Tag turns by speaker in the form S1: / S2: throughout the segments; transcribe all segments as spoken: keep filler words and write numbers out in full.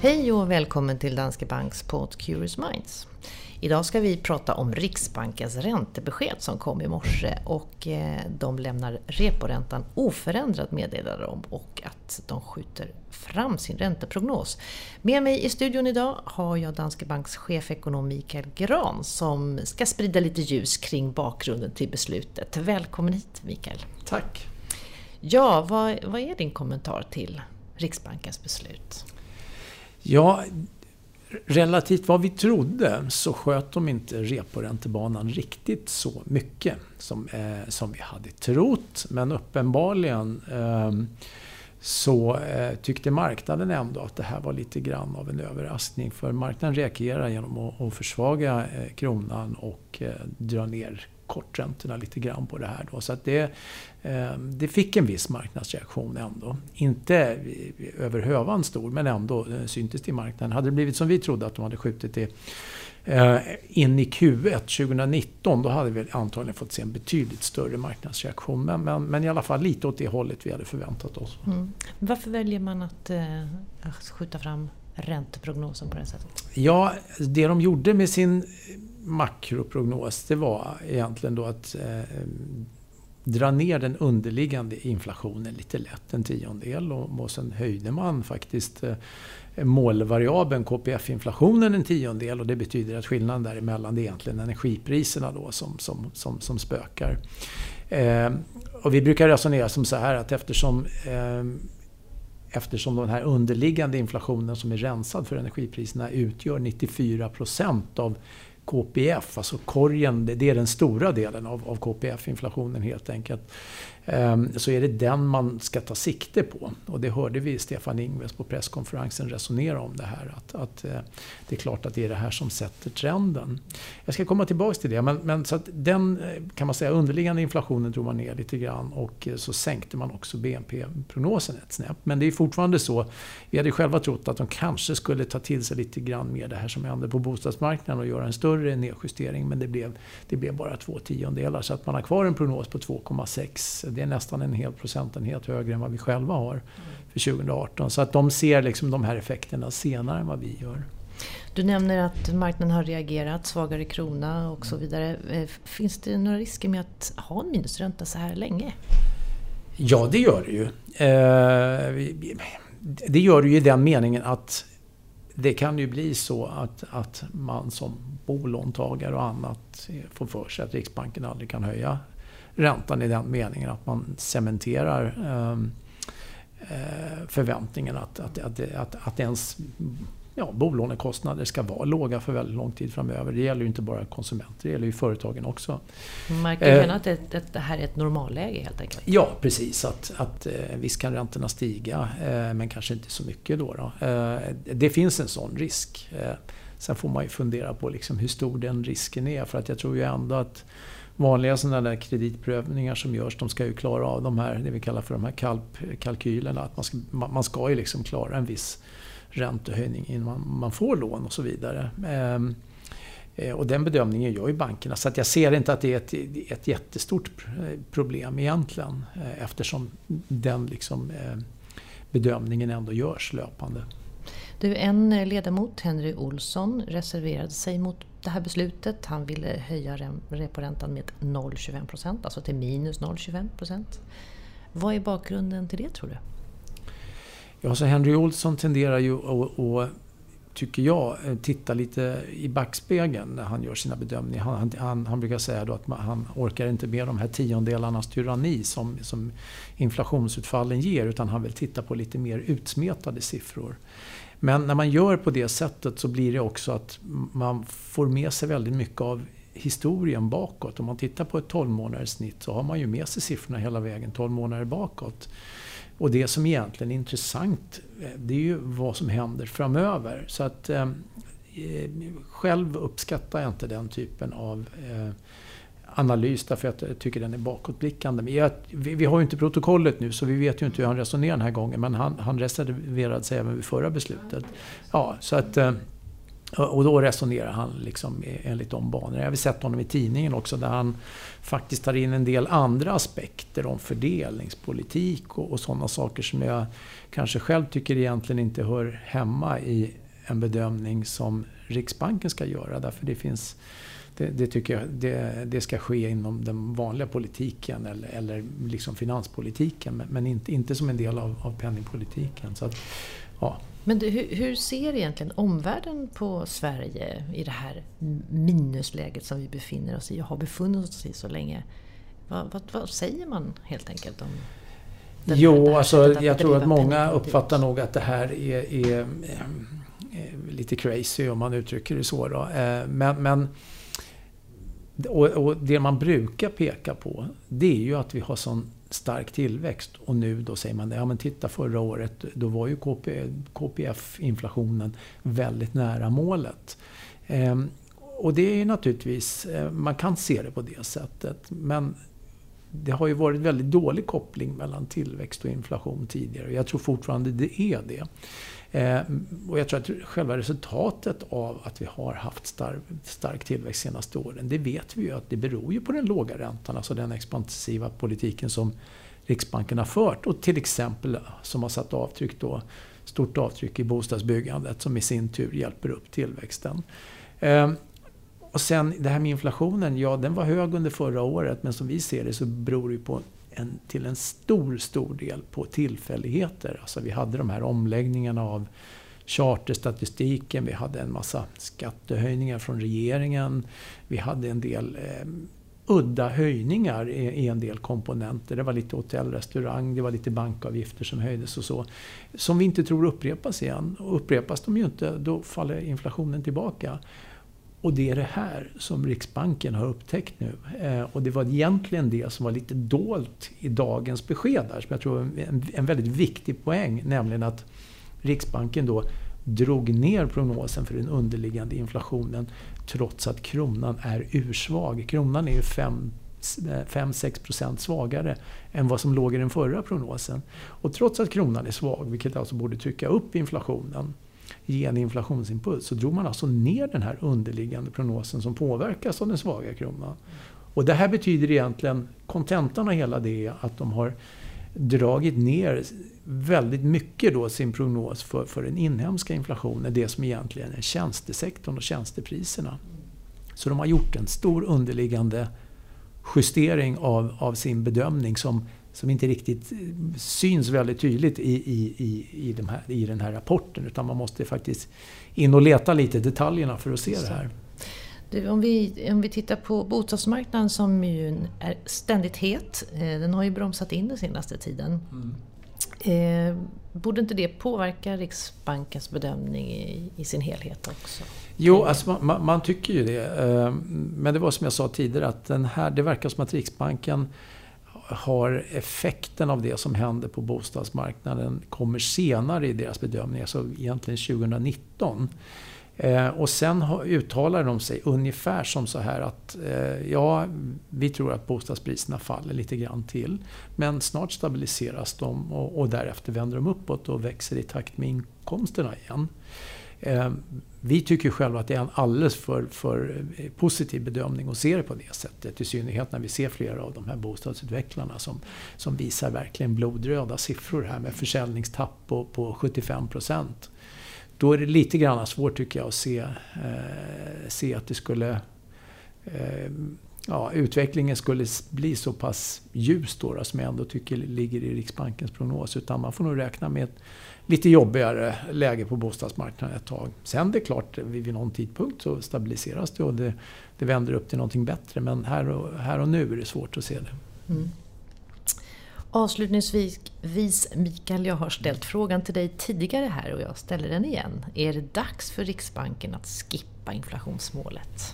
S1: Hej och välkommen till Danske Banks podd Curious Minds. Idag ska vi prata om Riksbankens räntebesked som kom i morse och de lämnar reporäntan oförändrat meddelade om och att de skjuter fram sin ränteprognos. Med mig i studion idag har jag Danske Banks chefekonom Mikael Gran som ska sprida lite ljus kring bakgrunden till beslutet. Välkommen hit Mikael.
S2: Tack.
S1: Ja, vad, vad är din kommentar till Riksbankens beslut?
S2: Ja, relativt vad vi trodde så sköt de inte reporäntebanan riktigt så mycket som, eh, som vi hade trott. Men uppenbarligen eh, så eh, tyckte marknaden ändå att det här var lite grann av en överraskning. För marknaden reagerar genom att, att försvaga eh, kronan och eh, dra ner korträntorna lite grann på det här då. Så att det, eh, det fick en viss marknadsreaktion ändå. Inte över hövan stor, men ändå eh, syntes i marknaden. Hade det blivit som vi trodde att de hade skjutit det eh, in i Q ett tjugonitton, då hade vi antagligen fått se en betydligt större marknadsreaktion. Men, men, men i alla fall lite åt det hållet vi hade förväntat oss.
S1: Mm. Varför väljer man att, eh, att skjuta fram ränteprognosen på det sättet?
S2: Ja, det de gjorde med sin makroprognos, det var egentligen då att eh, dra ner den underliggande inflationen lite lätt, en tiondel, och, och sen höjde man faktiskt eh, målvariabeln K P F-inflationen en tiondel, och det betyder att skillnaden däremellan är egentligen energipriserna då som, som, som, som spökar. Eh, och vi brukar resonera som så här att eftersom eh, Eftersom den här underliggande inflationen som är rensad för energipriserna utgör nittiofyra procent av K P F, alltså korgen, det är den stora delen av, av K P F-inflationen helt enkelt, ehm, så är det den man ska ta sikte på. Och det hörde vi Stefan Ingves på presskonferensen resonera om det här, att, att eh, det är klart att det är det här som sätter trenden. Jag ska komma tillbaka till det, men, men så att den, kan man säga, underliggande inflationen drog man ner lite grann och så sänkte man också B N P-prognosen ett snäpp. Men det är fortfarande så, vi hade själva trott att de kanske skulle ta till sig lite grann mer det här som händer på bostadsmarknaden och göra en större nedjustering, men det blev, det blev bara två tiondelar, så att man har kvar en prognos på två komma sex. Det är nästan en hel procentenhet högre än vad vi själva har för tjugoarton. Så att de ser liksom de här effekterna senare än vad vi gör.
S1: Du nämner att marknaden har reagerat, svagare krona och så vidare. Finns det några risker med att ha en minusränta så här länge?
S2: Ja, det gör det ju. Eh, det gör det ju i den meningen att det kan ju bli så att, att man som bolåntagare och annat får för sig att Riksbanken aldrig kan höja räntan i den meningen att man cementerar eh, förväntningen att, att, att, att, att ens ja, bolånekostnader ska vara låga för väldigt lång tid framöver. Det gäller ju inte bara konsumenter, det gäller ju företagen också.
S1: Man kan känna att det, att det här är ett normalläge helt enkelt.
S2: Ja, precis. Att, att visst kan räntorna stiga, men kanske inte så mycket då. då. Det finns en sån risk. Sen får man ju fundera på liksom hur stor den risken är. För att jag tror ju ändå att vanliga sådana där kreditprövningar som görs, de ska ju klara av de här, det vi kallar för de här kalp, kalkylerna. Att man ska, man ska ju liksom klara en viss räntehöjning innan man, man får lån och så vidare. Ehm, och den bedömningen gör ju bankerna. Så att jag ser inte att det är ett, ett jättestort problem egentligen, eftersom den liksom, eh, bedömningen ändå görs löpande.
S1: Du, en ledamot, Henry Olsson, reserverade sig mot det här beslutet. Han ville höja reporäntan med noll komma tjugofem procent, alltså till minus noll komma tjugofem procent. Vad är bakgrunden till det, tror du?
S2: Ja, så Henry Olsson tenderar ju att, att, tycker jag, titta lite i backspegeln när han gör sina bedömningar. Han, han, han brukar säga då att man, han orkar inte med de här tiondelarnas tyranni som, som inflationsutfallen ger, utan han vill titta på lite mer utsmetade siffror. Men när man gör på det sättet så blir det också att man får med sig väldigt mycket av historien bakåt. Om man tittar på ett tolv månaders snitt så har man ju med sig siffrorna hela vägen tolv månader bakåt. Och det som egentligen är intressant, det är ju vad som händer framöver. Så att eh, själv uppskattar jag inte den typen av eh, analys, därför att jag tycker den är bakåtblickande. Men jag, vi, vi har ju inte protokollet nu, så vi vet ju inte hur han resonerar den här gången, men han, han reserverade sig även vid förra beslutet. Ja, så att eh, Och då resonerar han liksom enligt de banorna. Jag har sett honom i tidningen också där han faktiskt tar in en del andra aspekter om fördelningspolitik och, och sådana saker som jag kanske själv tycker egentligen inte hör hemma i en bedömning som Riksbanken ska göra. Därför det finns, det, det tycker jag, det, det ska ske inom den vanliga politiken eller, eller liksom finanspolitiken, men, men inte, inte som en del av, av penningpolitiken. Så att, ja.
S1: Men du, hur, hur ser egentligen omvärlden på Sverige i det här minusläget som vi befinner oss i och har befunnit oss i så länge? Vad, vad, vad säger man helt enkelt om den här,
S2: jo,
S1: det här
S2: alltså, jag tror att många
S1: penningpolitik?
S2: uppfattar nog att det här är, är, är lite crazy om man uttrycker det så. Då. Men, men och, och det man brukar peka på, det är ju att vi har sån stark tillväxt och nu då säger man det, ja men titta förra året då var ju K P, K P F-inflationen väldigt nära målet. Ehm, och det är ju naturligtvis, man kan se det på det sättet, men det har ju varit väldigt dålig koppling mellan tillväxt och inflation tidigare. Jag tror fortfarande det är det. Ehm, och jag tror att själva resultatet av att vi har haft stark, stark tillväxt senaste åren, det vet vi ju att det beror ju på den låga räntan, alltså den expansiva politiken som Riksbanken har fört och till exempel som har satt avtryck då, stort avtryck i bostadsbyggandet som i sin tur hjälper upp tillväxten. Ehm, och sen det här med inflationen, ja den var hög under förra året, men som vi ser det så beror det på En, till en stor, stor del på tillfälligheter. Alltså vi hade de här omläggningarna av charterstatistiken, vi hade en massa skattehöjningar från regeringen, vi hade en del eh, udda höjningar i, i en del komponenter. Det var lite hotell, restaurang, det var lite bankavgifter som höjdes och så. Som vi inte tror upprepas igen. Och upprepas de ju inte, då faller inflationen tillbaka. Och det är det här som Riksbanken har upptäckt nu. Eh, och det var egentligen det som var lite dolt i dagens besked där, som jag tror är en, en väldigt viktig poäng, nämligen att Riksbanken då drog ner prognosen för den underliggande inflationen trots att kronan är ursvag. Kronan är ju fem till sex procent svagare än vad som låg i den förra prognosen. Och trots att kronan är svag, vilket alltså borde trycka upp inflationen, ge en inflationsimpuls, så drog man alltså ner den här underliggande prognosen som påverkas av den svaga kronan. Och det här betyder egentligen, kontentan av hela det är att de har dragit ner väldigt mycket då sin prognos för, för den inhemska inflationen, det som egentligen är tjänstesektorn och tjänstepriserna. Så de har gjort en stor underliggande justering av, av sin bedömning som som inte riktigt syns väldigt tydligt i, i, i, i, de här, i den här rapporten, utan man måste faktiskt in och leta lite detaljerna för att se det här.
S1: Du, om, vi, om vi tittar på bostadsmarknaden som ju är ständigt het, den har ju bromsat in den senaste tiden. Mm. Eh, borde inte det påverka Riksbankens bedömning i, i sin helhet också?
S2: Jo, alltså man, man tycker ju det. Men det var som jag sa tidigare, att den här, det verkar som att Riksbanken har effekten av det som händer på bostadsmarknaden kommer senare i deras bedömning, alltså egentligen tjugonitton. Eh, och sen har, uttalar de sig ungefär som så här att eh, ja, vi tror att bostadspriserna faller lite grann till, men snart stabiliseras de och, och därefter vänder de uppåt och växer i takt med inkomsterna igen. Eh, vi tycker själva att det är en alldeles för, för positiv bedömning att se det på det sättet. I synnerhet när vi ser flera av de här bostadsutvecklarna som, som visar verkligen blodröda siffror här med försäljningstapp på, på sjuttiofem procent. Då är det lite grann svårt tycker jag att se, eh, se att det skulle, eh, ja, utvecklingen skulle bli så pass ljus då, då, som jag ändå tycker ligger i Riksbankens prognos. Utan man får nog räkna med ett lite jobbigare läge på bostadsmarknaden ett tag. Sen det är klart, vid någon tidpunkt så stabiliseras det och det, det vänder upp till någonting bättre. Men här och, här och nu är det svårt att se det.
S1: Mm. Avslutningsvis, Mikael, jag har ställt frågan till dig tidigare här och jag ställer den igen. Är det dags för Riksbanken att skippa inflationsmålet?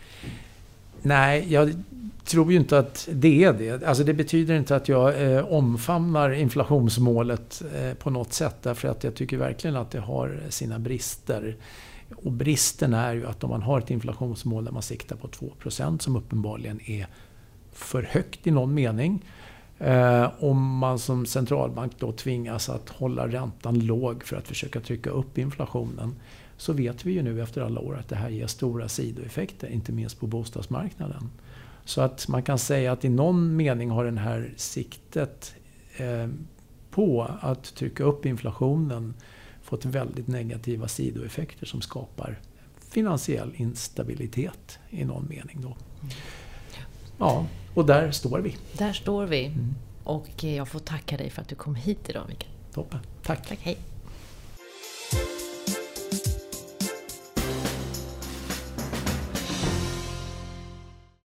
S2: Nej, jag tror ju inte att det är det. Alltså det betyder inte att jag eh, omfamnar inflationsmålet eh, på något sätt. Därför att jag tycker verkligen att det har sina brister. Och bristen är ju att om man har ett inflationsmål där man siktar på två procent som uppenbarligen är för högt i någon mening. Eh, om man som centralbank då tvingas att hålla räntan låg för att försöka trycka upp inflationen. så vet vi ju nu efter alla år att det här ger stora sidoeffekter, inte minst på bostadsmarknaden. Så att man kan säga att i någon mening har den här siktet eh, på att trycka upp inflationen fått väldigt negativa sidoeffekter som skapar finansiell instabilitet i någon mening då. Ja, och där står vi.
S1: Där står vi. Mm. Och jag får tacka dig för att du kom hit idag, Mikael.
S2: Toppen. Tack.
S1: Tack, hej.